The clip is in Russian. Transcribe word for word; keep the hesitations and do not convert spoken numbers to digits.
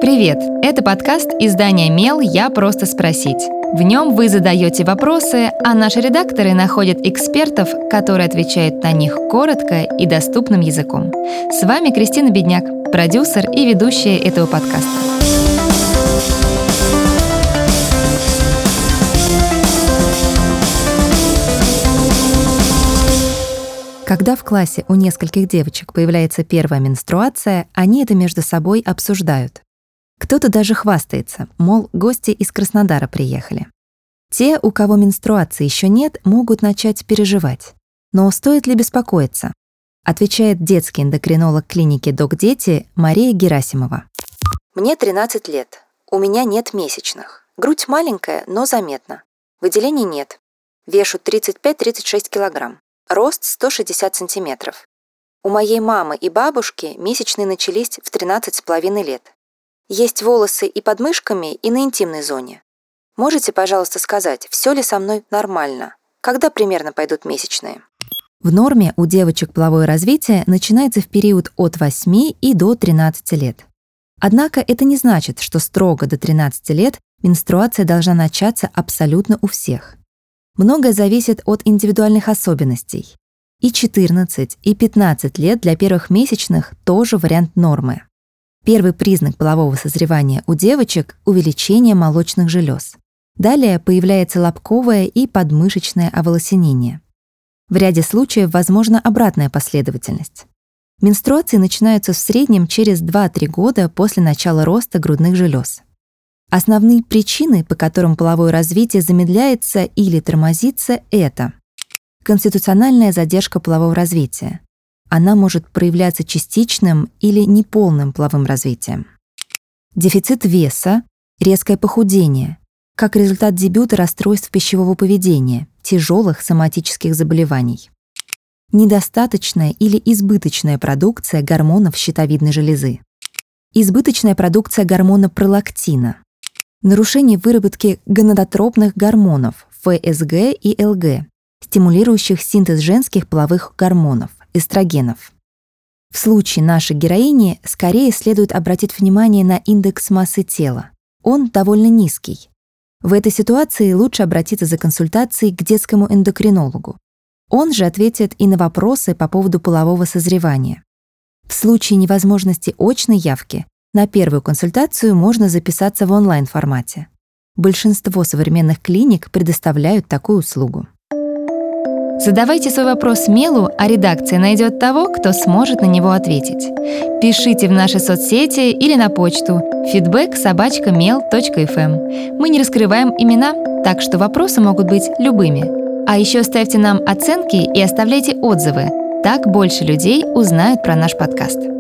Привет! Это подкаст издания «Мел. Я просто спросить». В нем вы задаете вопросы, а наши редакторы находят экспертов, которые отвечают на них коротко и доступным языком. С вами Кристина Бедняк, продюсер и ведущая этого подкаста. Когда в классе у нескольких девочек появляется первая менструация, они это между собой обсуждают. Кто-то даже хвастается, мол, гости из Краснодара приехали. Те, у кого менструации еще нет, могут начать переживать. Но стоит ли беспокоиться? Отвечает детский эндокринолог клиники «Док-Дети» Мария Герасимова. Мне тринадцать лет. У меня нет месячных. Грудь маленькая, но заметна. Выделений нет. Вешу тридцать пять - тридцать шесть килограмм. Рост сто шестьдесят сантиметров. У моей мамы и бабушки месячные начались в тринадцать с половиной лет. Есть волосы и под мышками, и на интимной зоне. Можете, пожалуйста, сказать, все ли со мной нормально? Когда примерно пойдут месячные? В норме у девочек половое развитие начинается в период от восьми и до тринадцати лет. Однако это не значит, что строго до тринадцати лет менструация должна начаться абсолютно у всех. Многое зависит от индивидуальных особенностей. И четырнадцать, и пятнадцать лет для первых месячных тоже вариант нормы. Первый признак полового созревания у девочек – увеличение молочных желез. Далее появляется лобковое и подмышечное оволосенение. В ряде случаев возможна обратная последовательность. Менструации начинаются в среднем через два-три года после начала роста грудных желез. Основные причины, по которым половое развитие замедляется или тормозится, это конституциональная задержка полового развития. Она может проявляться частичным или неполным половым развитием. Дефицит веса, резкое похудение, как результат дебюта расстройств пищевого поведения, тяжелых соматических заболеваний. Недостаточная или избыточная продукция гормонов щитовидной железы. Избыточная продукция гормона пролактина. Нарушение выработки гонадотропных гормонов эф эс гэ и эл гэ, стимулирующих синтез женских половых гормонов, эстрогенов. В случае нашей героини скорее следует обратить внимание на индекс массы тела. Он довольно низкий. В этой ситуации лучше обратиться за консультацией к детскому эндокринологу. Он же ответит и на вопросы по поводу полового созревания. В случае невозможности очной явки на первую консультацию можно записаться в онлайн-формате. Большинство современных клиник предоставляют такую услугу. Задавайте свой вопрос Мелу, а редакция найдет того, кто сможет на него ответить. Пишите в наши соцсети или на почту feedback собака мел точка эф эм. Мы не раскрываем имена, так что вопросы могут быть любыми. А еще ставьте нам оценки и оставляйте отзывы. Так больше людей узнают про наш подкаст.